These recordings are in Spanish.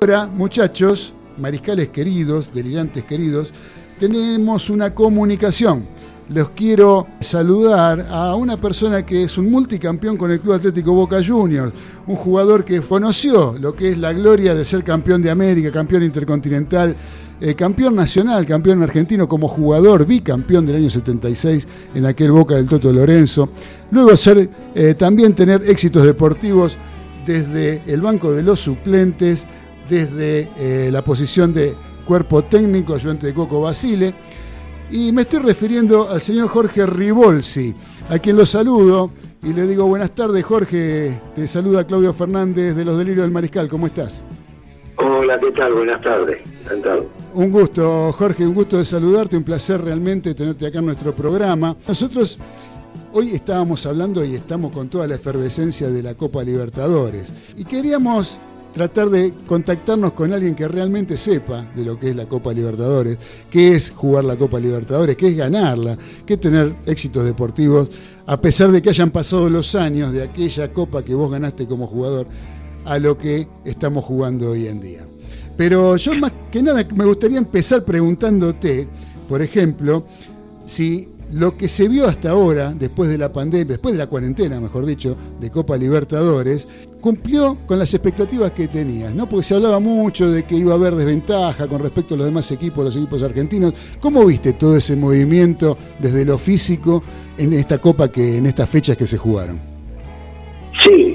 Ahora, muchachos, mariscales queridos, delirantes queridos, tenemos una comunicación. Los quiero saludar a una persona que es un multicampeón con el Club Atlético Boca Juniors, un jugador que conoció lo que es la gloria de ser campeón de América, campeón intercontinental, campeón nacional, campeón argentino como jugador, bicampeón del año 76 en aquel Boca del Toto Lorenzo. Luego también tener éxitos deportivos desde el banco de los suplentes, desde la posición de cuerpo técnico, ayudante de Coco Basile. Y me estoy refiriendo al señor Jorge Ribolsi, a quien lo saludo y le digo buenas tardes, Jorge. Te saluda Claudio Fernández de Los Delirios del Mariscal. ¿Cómo estás? Hola, ¿qué tal? Buenas tardes. Encantado. Un gusto, Jorge, un gusto de saludarte, un placer realmente tenerte acá en nuestro programa. Nosotros hoy estábamos hablando y estamos con toda la efervescencia de la Copa Libertadores y queríamos tratar de contactarnos con alguien que realmente sepa de lo que es la Copa Libertadores, qué es jugar la Copa Libertadores, qué es ganarla, qué es tener éxitos deportivos, a pesar de que hayan pasado los años de aquella Copa que vos ganaste como jugador a lo que estamos jugando hoy en día. Pero yo más que nada me gustaría empezar preguntándote, por ejemplo, si lo que se vio hasta ahora, después de la pandemia, después de la cuarentena, mejor dicho, de Copa Libertadores, cumplió con las expectativas que tenías, ¿no? Porque se hablaba mucho de que iba a haber desventaja con respecto a los demás equipos, los equipos argentinos. ¿Cómo viste todo ese movimiento desde lo físico en esta Copa, en estas fechas que se jugaron? Sí,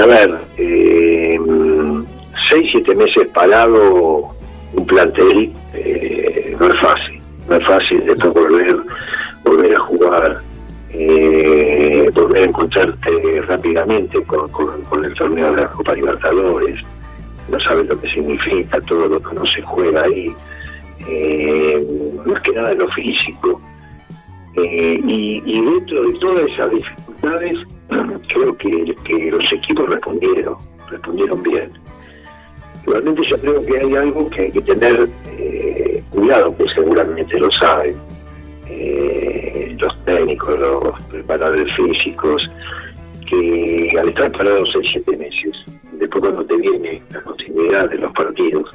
6-7 meses parado un plantel, no es fácil después volver a jugar, volver a encontrarte rápidamente con el torneo de la Copa Libertadores. No sabes lo que significa, todo lo que no se juega ahí, más que nada en lo físico. Y dentro de todas esas dificultades, creo que los equipos respondieron bien. Igualmente yo creo que hay algo que hay que tener cuidado, que seguramente lo saben los técnicos, los preparadores físicos, que al estar parados 6-7 meses, después cuando te viene la continuidad de los partidos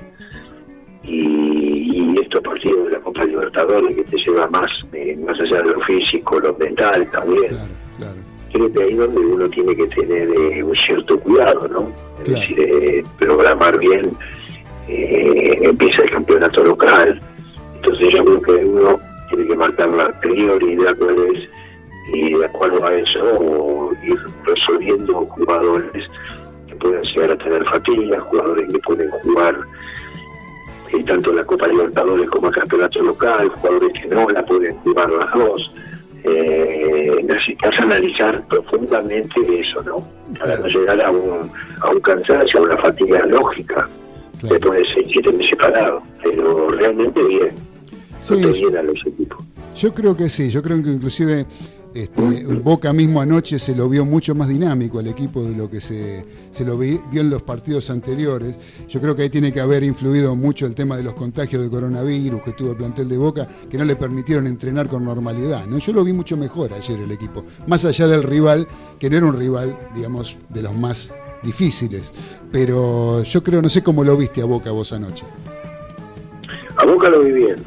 y estos partidos de la Copa Libertadores que te lleva más allá de lo físico, lo mental también, claro. Creo que ahí es donde uno tiene que tener un cierto cuidado, ¿no? Es decir, programar bien, empieza el campeonato local, entonces yo creo que uno tiene que marcar la prioridad cuál es y de acuerdo a eso ir resolviendo jugadores que pueden llegar a tener fatiga, jugadores que pueden jugar tanto en la Copa Libertadores como el campeonato local, jugadores que no la pueden jugar las dos. Necesitas analizar profundamente eso, ¿no? Para no llegar a un cansancio, a una fatiga lógica. Después de 6-7 meses parado, pero realmente bien. Sí, bien a los equipos. Yo creo que sí, yo creo que inclusive Boca mismo anoche se lo vio mucho más dinámico al equipo de lo que se lo vio en los partidos anteriores. Yo creo que ahí tiene que haber influido mucho el tema de los contagios de coronavirus que tuvo el plantel de Boca, que no le permitieron entrenar con normalidad, ¿no? Yo lo vi mucho mejor ayer el equipo, más allá del rival, que no era un rival, digamos, de los más difíciles, pero yo creo, no sé cómo lo viste a Boca vos anoche. A Boca lo vi bien,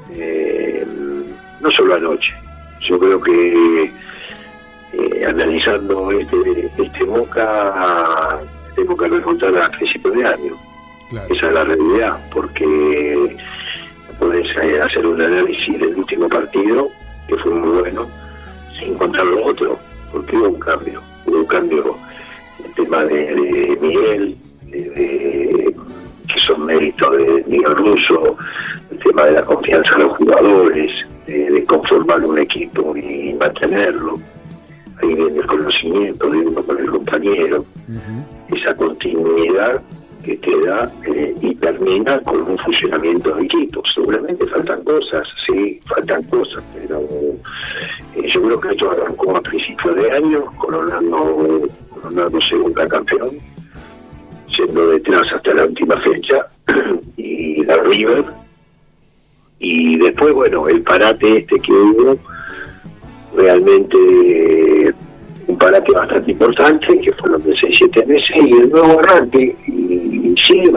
no solo anoche. Yo creo que analizando este Boca, tengo que remontar a principios de año. Claro. Esa es la realidad, porque podés hacer un análisis del último partido, que fue muy bueno, sin contar lo otro, porque hubo un cambio el tema de Miguel, que son méritos de Miguel Russo, el tema de la confianza de los jugadores, de conformar un equipo y mantenerlo. Ahí viene el conocimiento de uno con el compañero, esa continuidad que te da y termina con un funcionamiento de equipo. Seguramente faltan cosas, pero yo creo que esto arrancó a principios de año, coronando segunda campeón, yendo detrás hasta la última fecha, y la River. Y después, bueno, el parate que hubo realmente un parate bastante importante, que fueron de 6-7 meses, y el nuevo arranque, y sigue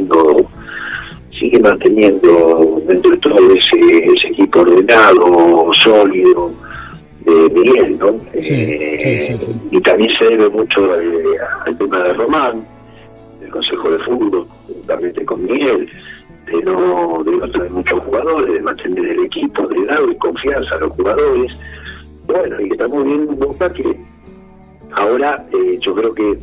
manteniendo dentro de todo ese equipo ordenado, sólido, de Miguel, ¿no? Sí. Y también se debe mucho al tema de Román, del Consejo de Fútbol, juntamente con Miguel, de no traer muchos jugadores, de mantener el equipo, de darle confianza a los jugadores. Bueno, y estamos viendo un Boca que ahora yo creo que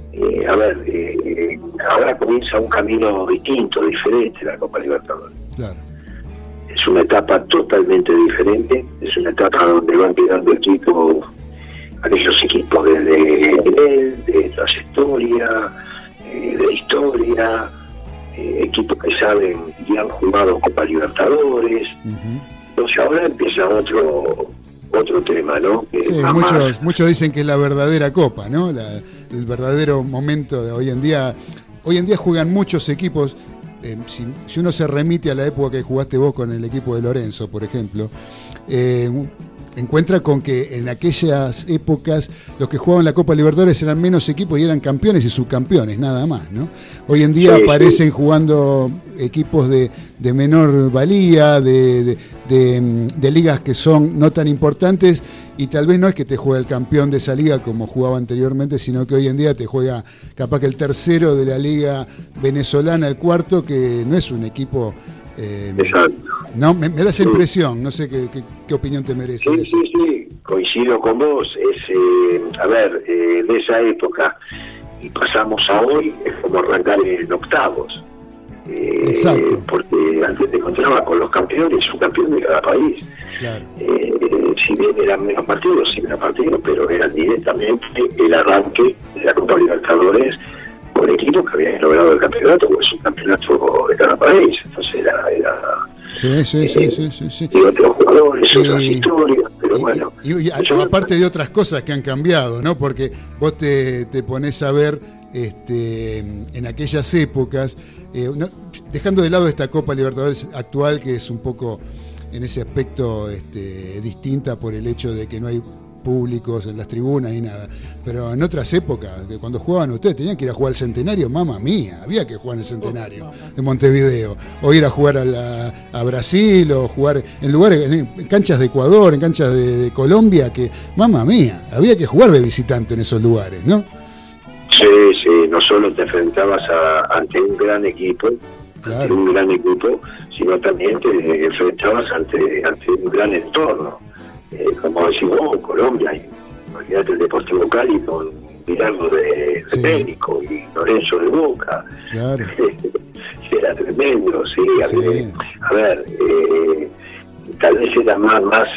ahora comienza un camino distinto, diferente la Copa Libertadores. Claro. Es una etapa totalmente diferente, es una etapa donde van quedando aquellos equipos de trayectoria, de historia, equipos que saben y han jugado Copa Libertadores. Uh-huh. Entonces ahora empieza otro tema, ¿no? Sí, muchos dicen que es la verdadera Copa, ¿no? El verdadero momento de hoy en día. Hoy en día juegan muchos equipos. Si uno se remite a la época que jugaste vos con el equipo de Lorenzo, por ejemplo, encuentra con que en aquellas épocas los que jugaban la Copa Libertadores eran menos equipos y eran campeones y subcampeones, nada más, ¿no? Hoy en día aparecen jugando equipos de menor valía, de ligas que son no tan importantes, y tal vez no es que te juegue el campeón de esa liga como jugaba anteriormente, sino que hoy en día te juega capaz que el tercero de la liga venezolana, el cuarto, que no es un equipo... Exacto. No, me da esa impresión, no sé qué opinión te merece. Sí, coincido con vos. De esa época y pasamos a hoy, es como arrancar en octavos. Exacto. Porque antes te encontrabas con los campeones, un campeón de cada país. Claro. Si bien eran menos partidos, pero eran directamente el arranque de la Copa Libertadores por equipos que habían logrado el campeonato, porque es un campeonato de cada país. Entonces era Sí. Y otros jugadores, otras historias, pero bueno. Y aparte de otras cosas que han cambiado, ¿no? Porque vos te pones a ver en aquellas épocas, dejando de lado esta Copa Libertadores actual, que es un poco en ese aspecto distinta por el hecho de que no hay públicos en las tribunas y nada, pero en otras épocas, cuando jugaban ustedes, tenían que ir a jugar al Centenario, mamma mía, había que jugar en el Centenario de Montevideo, o ir a jugar a Brasil, o jugar en lugares, en canchas de Ecuador, en canchas de Colombia, que mamma mía, había que jugar de visitante en esos lugares, ¿no? Sí, no solo te enfrentabas ante un gran equipo, sino también te enfrentabas ante un gran entorno. Como decimos, Colombia, imagínate el Deportivo Cali con Miraldo de México y Lorenzo de Boca. Claro. Era tremendo, tal vez era más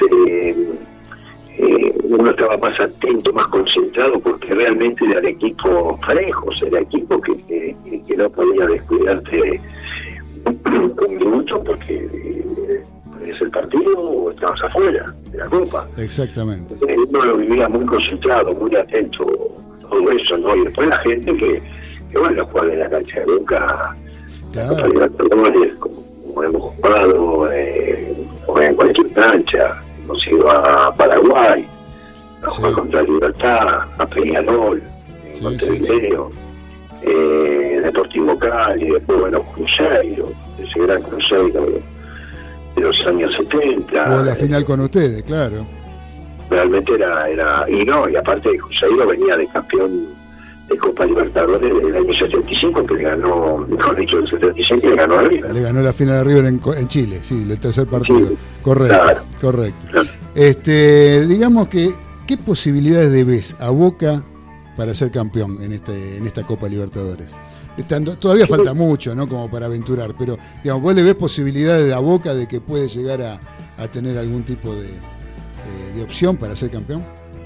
uno estaba más atento, más concentrado, porque realmente eran equipos parejos, era equipo que no podía descuidarte un minuto, porque es el partido o estabas afuera de la Copa. Exactamente. Uno lo vivía muy concentrado, muy atento, todo eso, ¿no? Y después la gente que bueno, juega en la cancha de Boca, claro, como hemos jugado, o en cualquier cancha, hemos ido a Paraguay, a jugar contra Libertad, a Peñarol, en Montevideo, Deportivo Cali, después, bueno, Cruzeiro, ese gran Cruzeiro de los años 70. O la final con ustedes, claro. Realmente era y aparte Cruzeiro venía de campeón de Copa Libertadores del año 75, que le ganó, mejor dicho, el 75 le ganó a River. Le ganó la final a River en Chile, sí, el tercer partido. Sí, correcto. Claro. Digamos que, ¿qué posibilidades ves a Boca para ser campeón en esta Copa Libertadores? Todavía falta mucho, ¿no? Como para aventurar, pero digamos, ¿vos le ves posibilidades a Boca de que puede llegar a tener algún tipo de opción para ser campeón?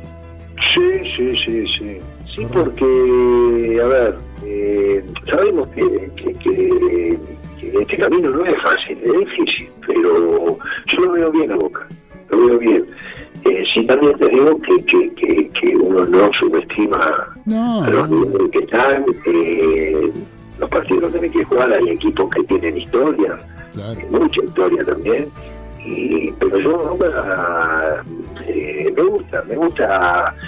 Sí, porque, sabemos que este camino no es fácil, es difícil, pero yo lo veo bien a Boca, lo veo bien. Sí, también te digo que uno no subestima a los niveles que están, los partidos que tienen que jugar, hay equipos que tienen historia, claro, mucha historia también, pero yo me gusta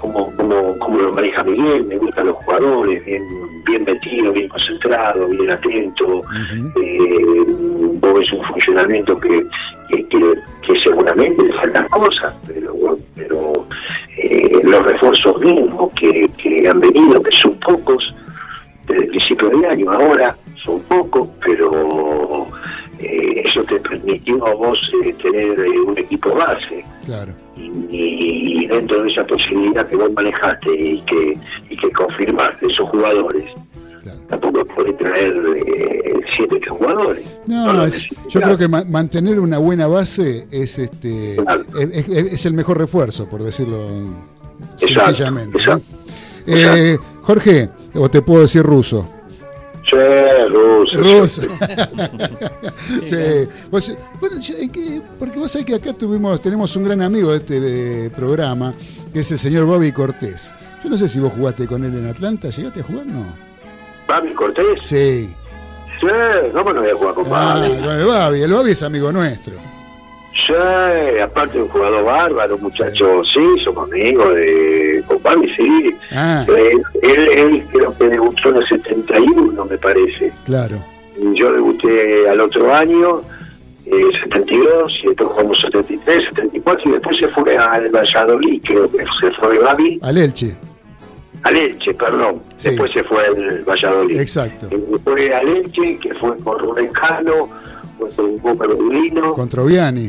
cómo lo maneja Miguel, me gustan los jugadores, bien metido, bien concentrado, bien atento. Vos ves un funcionamiento que seguramente le faltan cosas, pero los refuerzos mismos que han venido, que son pocos desde el principio del año, ahora son pocos, pero eso te permitió a vos tener un equipo base. Claro. Y dentro de esa posibilidad que vos manejaste y que confirmaste esos jugadores, claro, tampoco podés traer 7 jugadores. No, yo creo que mantener una buena base es claro, es el mejor refuerzo, por decirlo sencillamente. Exacto. Jorge, o te puedo decir Ruso. Sí, Ruso. Sí. Bueno, porque vos sabés que acá tenemos un gran amigo de este programa, que es el señor Babi Cortés. Yo no sé si vos jugaste con él en Atlanta. ¿Llegaste a jugar? No. ¿Babi Cortés? Sí. Sí, ¿cómo no voy a jugar con Babi? Con el Babi. El Babi es amigo nuestro. Sí, aparte de un jugador bárbaro, muchachos, sí, somos amigos con Babi, sí. Él creo que debutó en el 71, me parece. Claro. Yo debuté al otro año, 72, y después jugamos 73, 74, y después se fue al Valladolid, creo que se fue Babi. Al Elche, perdón. Sí. Después se fue al Valladolid. Exacto. Fue al Elche, que fue con Rubén Cano, con un Boca Berlino. Con Troviani,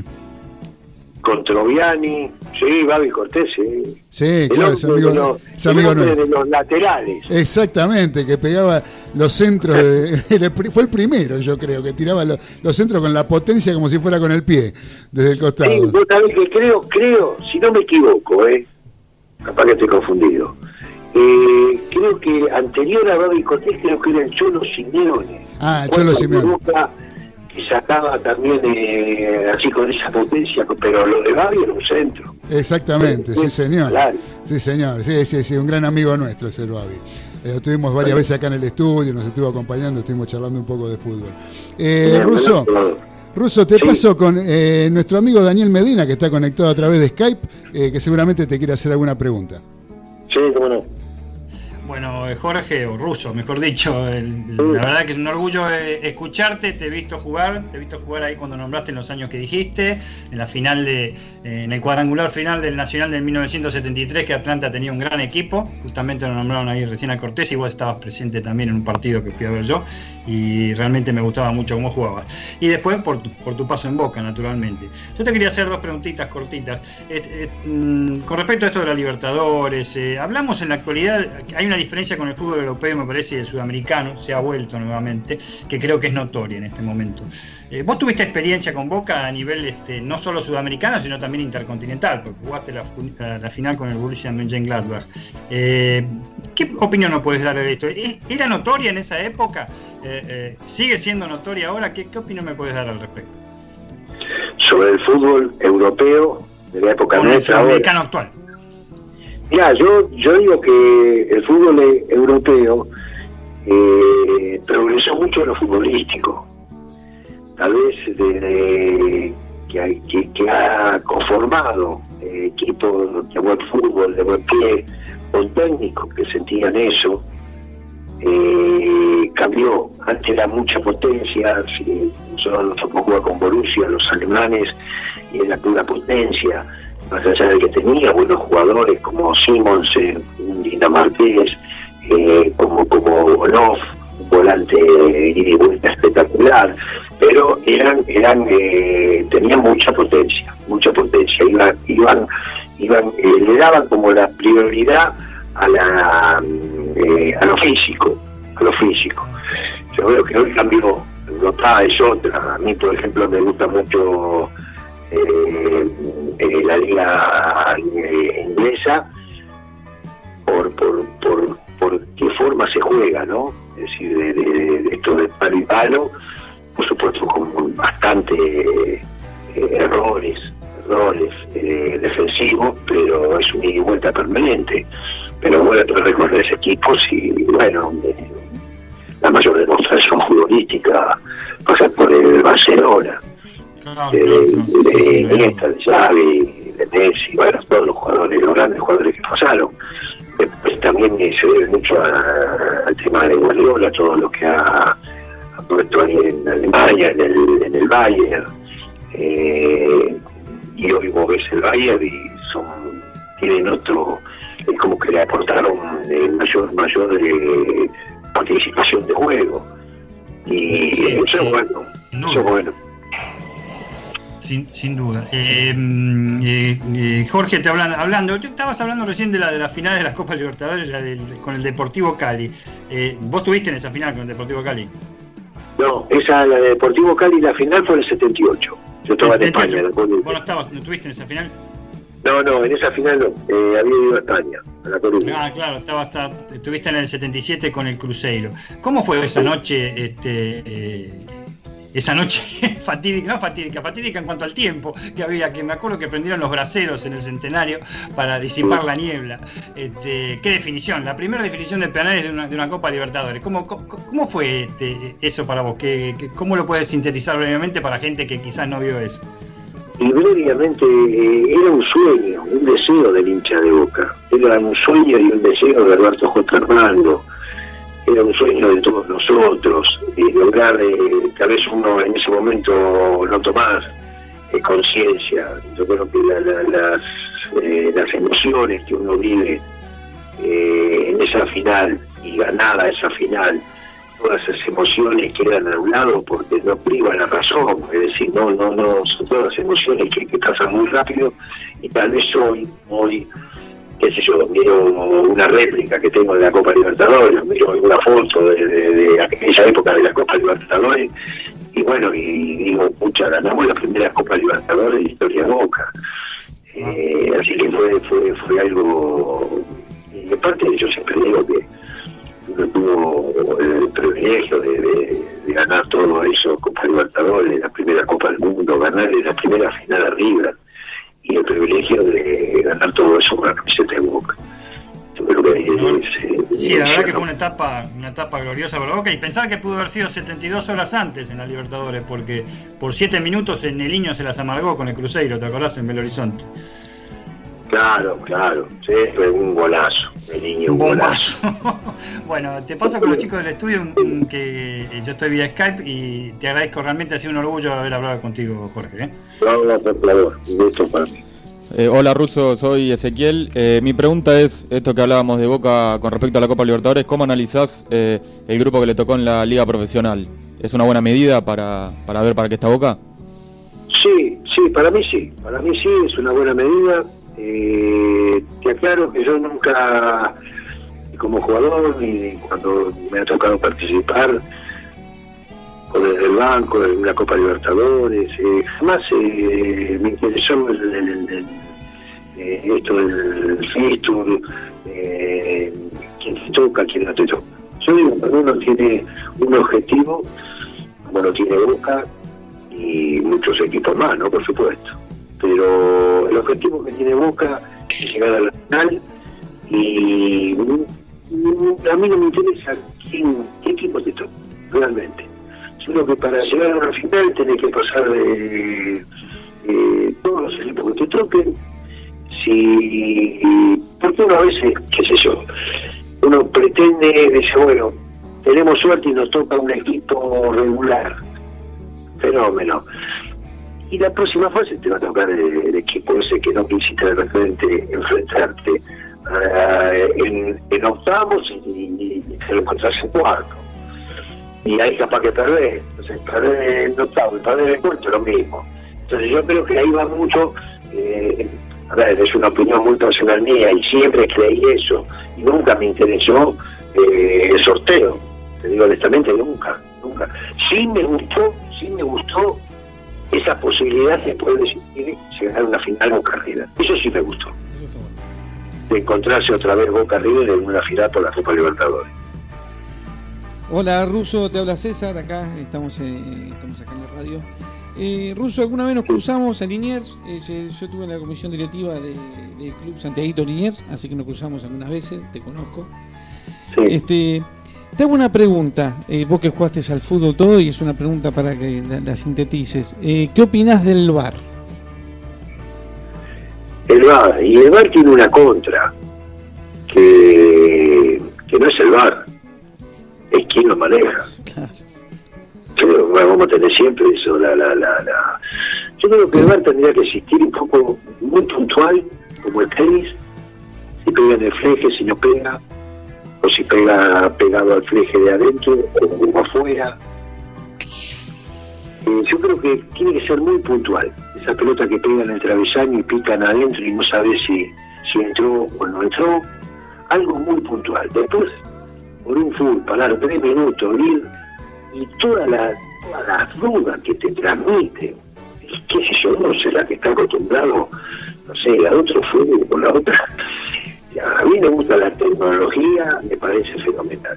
sí, Babi Cortés, sí. Sí, claro, es amigo de los laterales. Exactamente, que pegaba los centros, fue el primero, yo creo, que tiraba los centros con la potencia como si fuera con el pie, desde el costado. Sí, vos sabés que creo, si no me equivoco, capaz que estoy confundido, creo que anterior a Babi Cortés, creo que era el Cholo Simeone. El Cholo Simeone. Que sacaba también así con esa potencia, pero lo de Babi era un centro. Exactamente, sí señor. Claro. Sí señor, sí, un gran amigo nuestro es el Babi. Lo tuvimos varias veces acá en el estudio, nos estuvo acompañando, estuvimos charlando un poco de fútbol. Ruso, te paso con nuestro amigo Daniel Medina, que está conectado a través de Skype, que seguramente te quiere hacer alguna pregunta. Sí, cómo no. Bueno, Jorge, o Ruso, mejor dicho, la verdad que es un orgullo escucharte, te he visto jugar ahí cuando nombraste en los años que dijiste, en la final en el cuadrangular final del Nacional del 1973, que Atlanta tenía un gran equipo, justamente lo nombraron ahí recién a Cortés, y vos estabas presente también en un partido que fui a ver yo, y realmente me gustaba mucho cómo jugabas. Y después por tu paso en Boca, naturalmente. Yo te quería hacer 2 preguntitas cortitas. Con respecto a esto de la Libertadores, hablamos en la actualidad, hay una diferencia con el fútbol europeo, me parece, y el sudamericano, se ha vuelto nuevamente, que creo que es notoria en este momento. Vos tuviste experiencia con Boca a nivel no solo sudamericano, sino también intercontinental, porque jugaste la final con el Borussia Mönchengladbach. ¿Qué opinión nos puedes dar de esto? ¿Era notoria en esa época? ¿Sigue siendo notoria ahora? ¿Qué opinión me puedes dar al respecto? Sobre el fútbol europeo de la época nuestra, el sudamericano actual. Ya, yo digo que el fútbol europeo progresó mucho en lo futbolístico. Tal vez desde que ha conformado equipos de buen fútbol, de buen pie, con técnicos que sentían eso, cambió. Antes era mucha potencia, nosotros jugamos con Borussia, los alemanes, y era pura potencia, más allá de que tenía buenos jugadores como Simons, un dinamarqués, como Olof, un volante de vuelta espectacular, pero tenían mucha potencia, le daban como la prioridad a lo físico. Yo creo que hoy cambió. Europa es otra. A mí, por ejemplo, me gusta mucho la liga inglesa por qué forma se juega, ¿no? Es decir, de esto de palo y palo, por supuesto con bastante errores defensivos, pero es una ida y vuelta permanente. Pero bueno, tú recorres equipos y bueno, la mayor demostración futbolística pasa por el Barcelona, de Iniesta, de Xavi, de Messi, bueno, todos los grandes jugadores que pasaron. se debe mucho al tema de Guardiola, todo lo que ha puesto ahí en Alemania, en el Bayern, y hoy vos ves el Bayern y tienen otro, es como que le aportaron mayor participación de juego, y eso es bueno, eso es bueno. Sin duda. Jorge, hablando, tú estabas hablando recién de la final de las Copas Libertadores con el Deportivo Cali. ¿Vos estuviste en esa final con el Deportivo Cali? No, la de Deportivo Cali, la final fue en el 78. Yo estaba en España. ¿Vos no estuviste en esa final? No, en esa final no. Había ido a España, a La Coruña. Ah, claro, estuviste en el 77 con el Cruzeiro. ¿Cómo fue esa noche? Esa noche fatídica en cuanto al tiempo que me acuerdo que prendieron los braseros en el Centenario para disipar la niebla. Qué definición, la primera definición de penales de una Copa Libertadores. ¿Cómo fue eso para vos? ¿Cómo lo puedes sintetizar brevemente para gente que quizás no vio eso? Y brevemente, era un sueño, un deseo del hincha de Boca. Era un sueño y un deseo de Alberto J. Armando. Era un sueño de todos nosotros, lograr, tal vez uno en ese momento no tomás conciencia. Yo creo que las emociones que uno vive en esa final, y ganada esa final, todas esas emociones quedan a un lado porque no privan la razón, es decir, no son todas emociones que pasan muy rápido, y tal vez hoy qué sé yo, miro una réplica que tengo de la Copa Libertadores, miro alguna foto de aquella época de la Copa Libertadores, y bueno, y digo, pucha, ganamos la primera Copa Libertadores de historia de Boca. Así que fue algo, y aparte yo siempre digo que uno tuvo el privilegio de ganar todo eso, Copa Libertadores, la primera Copa del Mundo, ganar la primera final arriba, y el privilegio de ganar todo eso con la camiseta de Boca. Yo creo que sí, la verdad que fue una etapa gloriosa para Boca, y pensar que pudo haber sido 72 horas antes en la Libertadores, porque por 7 minutos en Niño se las amargó con el Cruzeiro, ¿te acordás? En Belo Horizonte. Claro, sí, fue un golazo, el Niño, un bombazo. Bueno, te paso con los chicos del estudio, que yo estoy vía Skype, y te agradezco, realmente ha sido un orgullo haber hablado contigo, Jorge. No, por favor, un gusto para mí. Hola Russo, soy Ezequiel. Mi pregunta es, esto que hablábamos de Boca con respecto a la Copa Libertadores, ¿cómo analizás el grupo que le tocó en la Liga Profesional? ¿Es una buena medida para ver para qué está Boca? Sí, para mí sí es una buena medida. Te aclaro que yo nunca, como jugador, ni cuando me ha tocado participar desde el banco en la Copa Libertadores, jamás me interesó esto del fixture, quién te toca, quién no te toca. Yo digo, cuando uno tiene un objetivo, como lo tiene Boca y muchos equipos más, ¿no? Por supuesto. Pero el objetivo que tiene Boca es llegar a la final, y a mí no me interesa qué equipo te toca, realmente. Sino que para llegar a una final tenés que pasar de todos los equipos que te toquen. Porque uno a veces, qué sé yo, uno pretende, dice, bueno, tenemos suerte y nos toca un equipo regular, fenómeno. Y la próxima fase te va a tocar el equipo ese que no quisiste de repente enfrentarte en octavos, y te lo encontrás en cuarto. Y ahí capaz que perdés. Entonces, perder en octavo y perder en cuarto es lo mismo. Entonces yo creo que ahí va mucho, a ver, es una opinión muy personal mía, y siempre creí eso, y nunca me interesó el sorteo. Te digo honestamente, nunca. Sí me gustó esa posibilidad de poder llegar a una final Boca River. Eso sí me gustó. De encontrarse otra vez Boca River en una final por la Copa Libertadores. Hola Russo, te habla César, acá estamos acá en la radio. Russo, alguna vez nos cruzamos en Liniers, yo estuve en la comisión directiva del Club Santiaguito Liniers, así que nos cruzamos algunas veces, te conozco. Sí. Te hago una pregunta, vos que jugaste al fútbol todo, y es una pregunta para que la sintetices. ¿Qué opinás del VAR? El VAR tiene una contra, que que no es el VAR, es quien lo maneja. Claro. Pero bueno, vamos a tener siempre eso, Yo creo que el VAR tendría que existir un poco muy puntual, como el tenis, si pega en el fleje, si no pega, o si pega pegado al fleje de adentro o afuera. Yo creo que tiene que ser muy puntual. Esa pelota que pegan en el travesaño y pican adentro y no sabes si entró o no entró, algo muy puntual. Después, por un full, parar 3 minutos, ir, y todas las dudas que te transmite, qué sé yo, no sé, la que está acostumbrado, no sé, a otro fútbol con la otra. A mí me gusta la tecnología, me parece fenomenal,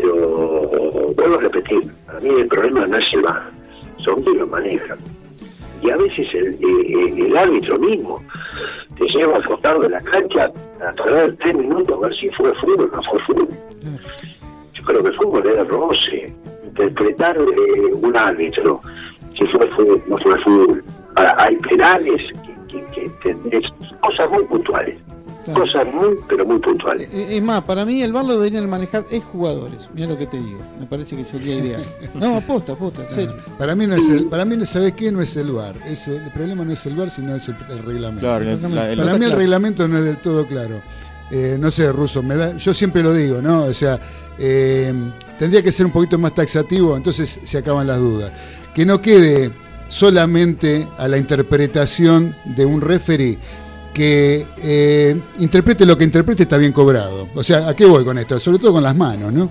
pero vuelvo a repetir, a mí el problema no es el VAR, son quienes lo manejan. Y a veces el árbitro mismo te lleva a flotar de la cancha a tardar 3 minutos a ver si fue fútbol o no fue fútbol. Yo creo que el fútbol era roce, interpretar un árbitro, si fue fútbol no fue fútbol. Ahora, hay penales que cosas muy puntuales. Claro. Cosas muy, pero muy puntuales. Es más, para mí el VAR lo deberían manejar exjugadores. Mira lo que te digo. Me parece que sería ideal. No, aposta, en serio. Para mí, ¿sabes qué? No es el VAR. El problema no es el VAR, sino es el reglamento. Claro, para mí el reglamento no es del todo claro. No sé, Russo, yo siempre lo digo, ¿no? O sea, tendría que ser un poquito más taxativo, entonces se acaban las dudas. Que no quede solamente a la interpretación de un referee, que interprete lo que interprete está bien cobrado. O sea, ¿a qué voy con esto? Sobre todo con las manos, ¿no?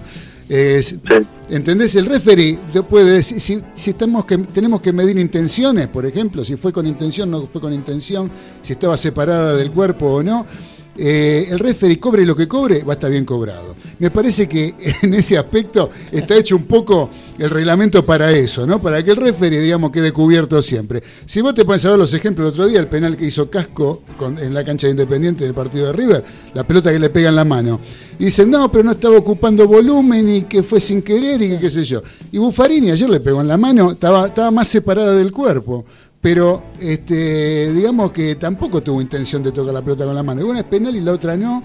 ¿Entendés? El referee puede decir, si tenemos que medir intenciones, por ejemplo, si fue con intención, no fue con intención, si estaba separada del cuerpo o no. El referee, cobre lo que cobre, va a estar bien cobrado. Me parece que en ese aspecto está hecho un poco el reglamento para eso, ¿no? Para que el referee, digamos, quede cubierto siempre. Si vos te pones a ver los ejemplos el otro día, el penal que hizo Casco en la cancha de Independiente en el partido de River, la pelota que le pega en la mano, y dicen, no, pero no estaba ocupando volumen y que fue sin querer y que qué sé yo. Y Buffarini ayer le pegó en la mano, estaba más separada del cuerpo. Pero digamos que tampoco tuvo intención de tocar la pelota con la mano. Una es penal y la otra no.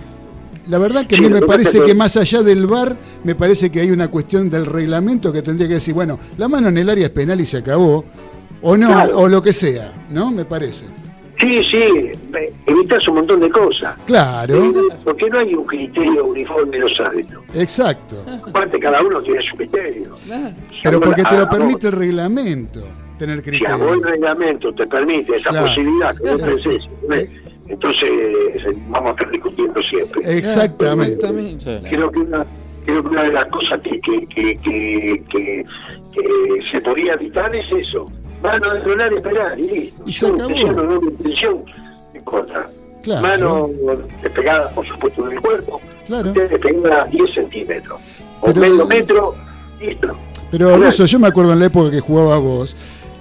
La verdad que a mí me parece que más allá del VAR, me parece que hay una cuestión del reglamento que tendría que decir, bueno, la mano en el área es penal y se acabó, o no, claro, o lo que sea, ¿no? Me parece. Sí, evitas un montón de cosas. Claro. Porque no hay un criterio uniforme de los árbitros. Exacto. Aparte, cada uno tiene su criterio. Claro. Pero porque te lo permite el reglamento. Tener criterio. Si a vos el reglamento te permite esa posibilidad que vos pensés, entonces vamos a estar discutiendo siempre. Exactamente. Creo que una de las cosas que se podría evitar es eso. Mano dentro del área penal y listo. Y se acabó. No intención, no importa. Claro. Mano despegada, por supuesto, del cuerpo. Claro. Despegada 10 centímetros. O medio metro, listo. Pero Russo, yo me acuerdo en la época que jugaba vos.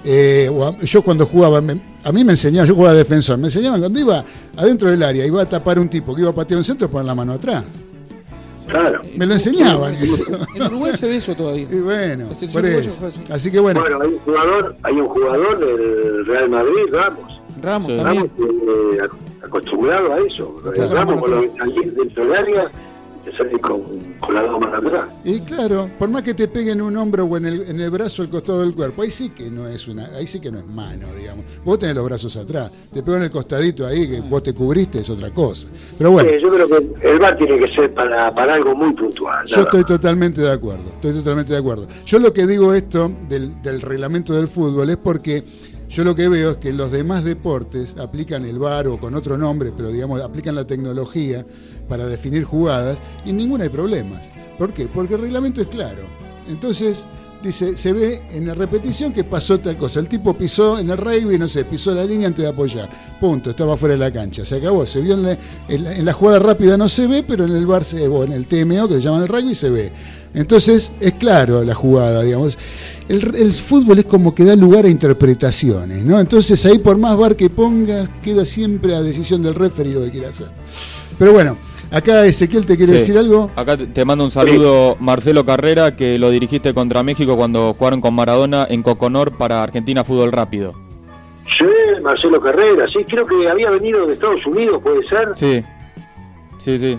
Yo cuando jugaba, a mí me enseñaban, yo jugaba de defensor, me enseñaban cuando iba adentro del área, iba a tapar un tipo que iba a patear un centro, poner la mano atrás. Claro. Me lo enseñaban eso. En Uruguay se ve eso todavía. Y bueno, por eso. Así que bueno. Bueno, hay un jugador del Real Madrid, Ramos sí. Ramos acostumbrado a eso. Claro, Ramos con los dentro del área te sale con las dos manos atrás. Y claro, por más que te peguen un hombro o en el brazo al costado del cuerpo, ahí sí que no es mano, digamos. Vos tenés los brazos atrás, te pegó en el costadito ahí que vos te cubriste, es otra cosa. Pero bueno. Sí, yo creo que el VAR tiene que ser para algo muy puntual. Yo estoy totalmente de acuerdo. Yo lo que digo esto del reglamento del fútbol es porque yo lo que veo es que los demás deportes aplican el VAR o con otro nombre, pero digamos aplican la tecnología para definir jugadas y en ninguna hay problemas. ¿Por qué? Porque el reglamento es claro. Entonces, dice, se ve en la repetición que pasó tal cosa. El tipo pisó en el rugby, no sé, pisó la línea antes de apoyar. Punto, estaba fuera de la cancha. Se acabó. Se vio en la jugada rápida no se ve, pero en el VAR o en el TMO, que se llama el rugby, se ve. Entonces, es claro la jugada, digamos. El fútbol es como que da lugar a interpretaciones, ¿no? Entonces, ahí por más VAR que pongas, queda siempre a decisión del referee lo que quiera hacer. Pero bueno, acá Ezequiel te quiere decir algo. Acá te mando un saludo Marcelo Carrera, que lo dirigiste contra México cuando jugaron con Maradona en Coconor para Argentina Fútbol Rápido. Sí, Marcelo Carrera, sí, creo que había venido de Estados Unidos, ¿puede ser? Sí. Sí,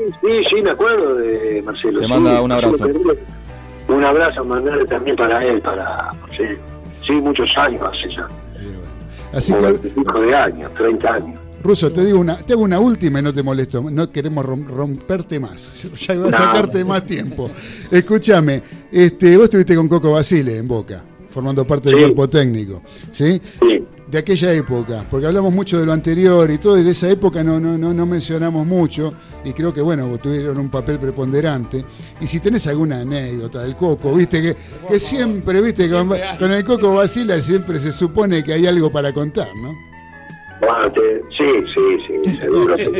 Sí, me acuerdo de Marcelo. Te manda un abrazo. Un abrazo, mandarle también para él, sí, muchos años hace ya. Así que, 25 de años, 30 años. Russo, te hago una última y no te molesto, no queremos romperte más, ya iba a sacarte más tiempo. Escúchame, vos estuviste con Coco Basile en Boca, formando parte del cuerpo técnico, ¿sí? Sí. De aquella época, porque hablamos mucho de lo anterior y todo, y de esa época no mencionamos mucho, y creo que, bueno, tuvieron un papel preponderante. Y si tenés alguna anécdota del Coco, viste, que siempre, viste, con el Coco Basile siempre se supone que hay algo para contar, ¿no? Bueno, sí, seguro que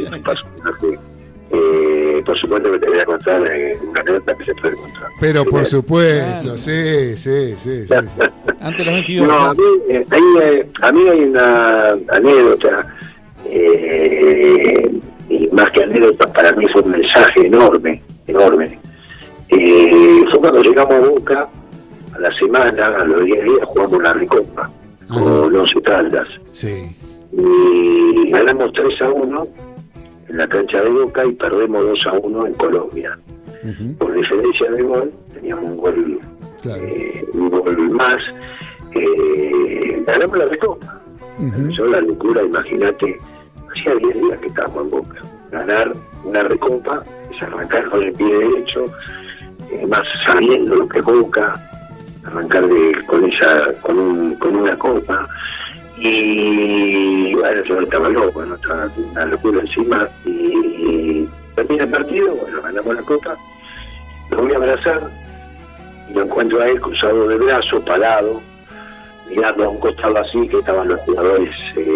por supuesto que te voy a contar una anécdota que se puede contar. Pero por supuesto, claro. Sí. Antes de los 22. No, a mí hay una anécdota, y más que anécdota, para mí fue un mensaje enorme. Fue cuando llegamos a Boca, a la semana, a los 10 días, jugamos la Recopa con 11 Caldas. Sí. Y ganamos 3-1 en la cancha de Boca y perdemos 2-1 en Colombia. Uh-huh. Por diferencia de gol, teníamos un gol, claro. Un gol más. Ganamos la Recopa. Uh-huh. Yo la locura, imagínate, hacía 10 días que estábamos en Boca. Ganar una Recopa es arrancar con el pie derecho, más sabiendo lo que es Boca, arrancar con una copa. Y bueno, yo estaba loco, ¿no? Estaba una locura encima. Y termina el partido, bueno, ganamos la copa. Lo voy a abrazar y lo encuentro a él cruzado de brazo, parado, mirando a un costado así, que estaban los jugadores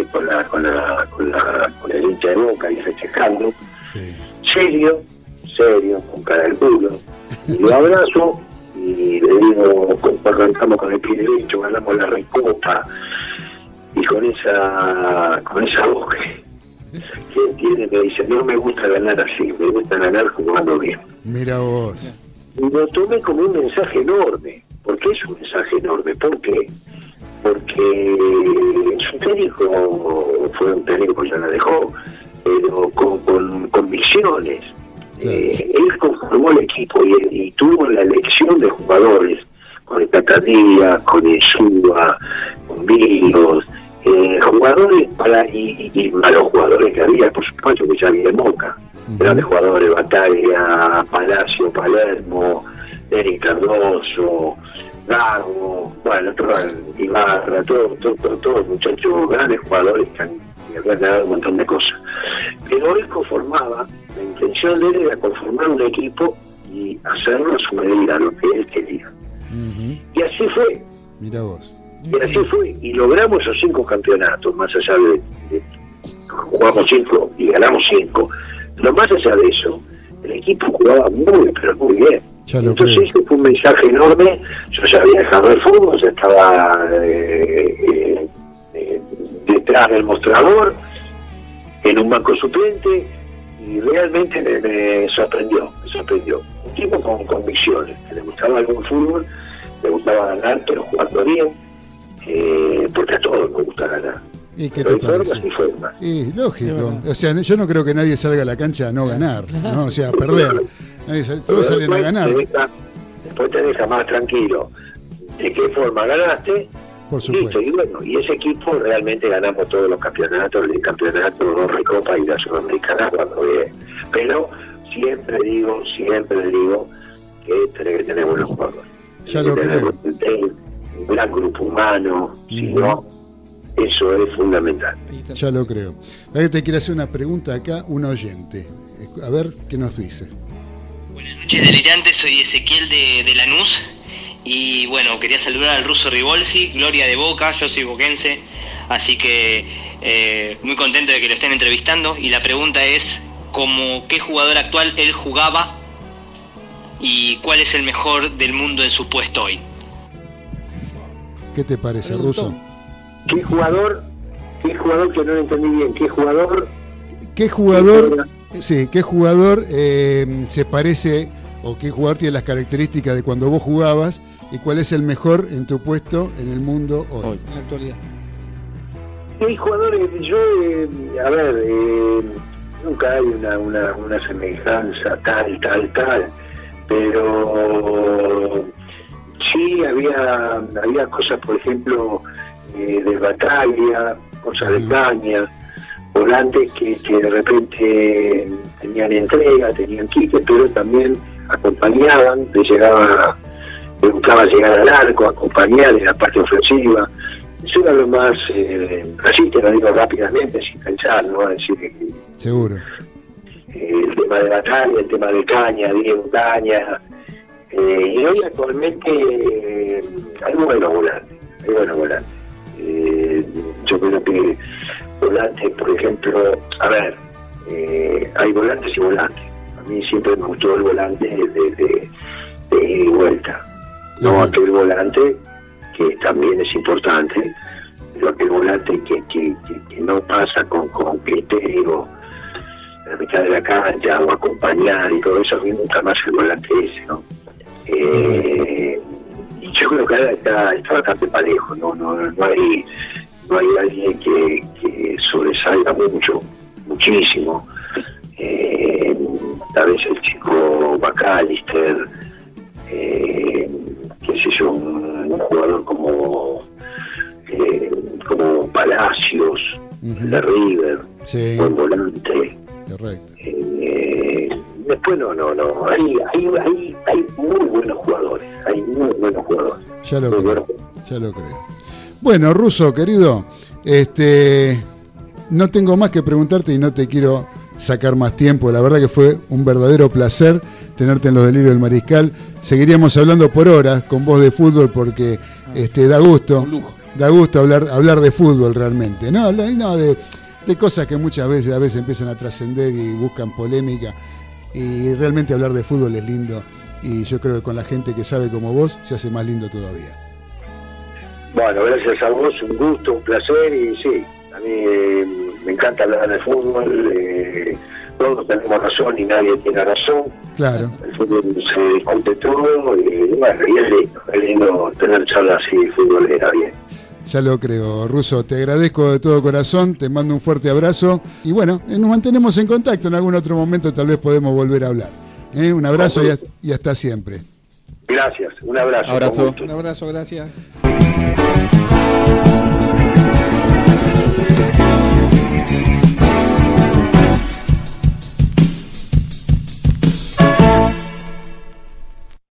con el hincha de Boca y festejando. Sí. Serio, con cara de culo. Y lo abrazo y le digo, arrancamos con el pie derecho, ganamos la Recopa. Y con esa voz que tiene, me dice, no me gusta ganar así, me gusta ganar jugando bien. Mira vos. Y lo tomé como un mensaje enorme. ¿Por qué es un mensaje enorme? ¿Por qué? Porque su técnico fue un técnico que ya la dejó, pero con convicciones. Claro. Él conformó el equipo y tuvo la elección de jugadores, con el Catadía, con el Suba, con Vigos, jugadores y malos jugadores que había, por supuesto que ya había en Boca, grandes jugadores, Batalla, Palacio, Palermo, Eric Cardoso, Gago, bueno, Ibarra, todos muchachos, grandes jugadores que habían ganado un montón de cosas. Pero él conformaba, la intención de él era conformar un equipo y hacerlo a su medida, lo que él quería. Uh-huh. Y así fue. Mira vos. Y así fue. Y logramos esos 5 campeonatos, más allá de jugamos 5 y ganamos 5. Pero más allá de eso, el equipo jugaba pero muy bien. Entonces ese fue un mensaje enorme. Yo ya había dejado el fútbol, ya estaba detrás del mostrador, en un banco suplente, y realmente me sorprendió. Un tipo con convicciones, que le gustaba algún fútbol, le gustaba ganar, pero jugando bien, porque a todos nos gusta ganar. ¿Y qué te parece? Y lógico, o sea, yo no creo que nadie salga a la cancha a no ganar, ¿no? O sea, a perder. Todos salen a ganar. Después te deja más tranquilo de qué forma ganaste. Por supuesto. Y bueno, y ese equipo realmente ganamos todos los campeonatos, el campeonato, 2 Recopa y la Sudamericana cuando bien. Pero siempre digo que tenés que tener buenos jugadores. Ya lo creo. Un gran grupo humano, si no, eso es fundamental. Ya lo creo. Te quiero hacer una pregunta acá, un oyente. A ver qué nos dice. Buenas noches, delirantes. Soy Ezequiel de Lanús. Y bueno, quería saludar al ruso Ribolsi, gloria de Boca, yo soy boquense. Así que muy contento de que lo estén entrevistando. Y la pregunta es, ¿cómo qué jugador actual él jugaba? ¿Y cuál es el mejor del mundo en su puesto hoy? ¿Qué te parece, Ruso? ¿Qué jugador que no lo entendí bien? ¿Qué jugador se parece o qué jugador tiene las características de cuando vos jugabas y cuál es el mejor en tu puesto en el mundo hoy? En la actualidad. ¿Qué jugadores? Yo, nunca hay una semejanza tal, pero sí había cosas, por ejemplo, de batalla, cosas de caña, volantes que de repente tenían entrega, tenían quique, pero también acompañaban, le gustaba llegar al arco, acompañar en la parte ofensiva. Eso era lo más, así te lo digo rápidamente, sin pensar, ¿no? Es decir, seguro. El tema de batalla, el tema de caña, Diego Caña, y hoy actualmente hay buenos volantes. Yo creo que volantes, por ejemplo, hay volantes y volantes. A mí siempre me gustó el volante de ida y vuelta. No aquel volante que también es importante, pero aquel volante que no pasa con criterio en la mitad de la cancha o acompañar y todo eso. A mí nunca más el volante ese, ¿no? Y yo creo que ahora está bastante parejo, no hay alguien que sobresalga muchísimo. Tal vez el chico McAllister, qué sé yo, un jugador como Palacios, de River, sí, buen volante. Correcto. Después no, hay muy buenos jugadores, Ya lo creo. Bueno, Russo, querido, no tengo más que preguntarte y no te quiero sacar más tiempo. La verdad que fue un verdadero placer tenerte en Los Delirios del Mariscal. Seguiríamos hablando por horas con vos de fútbol porque da gusto hablar de fútbol realmente. No de cosas que muchas veces a veces empiezan a trascender y buscan polémica, y realmente hablar de fútbol es lindo, y yo creo que con la gente que sabe como vos se hace más lindo todavía. Bueno, gracias a vos, un gusto, un placer, y sí, a mí me encanta hablar de fútbol, todos tenemos razón y nadie tiene razón. Claro. El fútbol se discute todo, y bueno, y es lindo tener charlas así futboleras bien. Ya lo creo, Russo, te agradezco de todo corazón, te mando un fuerte abrazo y bueno, nos mantenemos en contacto, en algún otro momento tal vez podemos volver a hablar. Un abrazo y hasta siempre. Gracias, un abrazo. Un abrazo, gracias.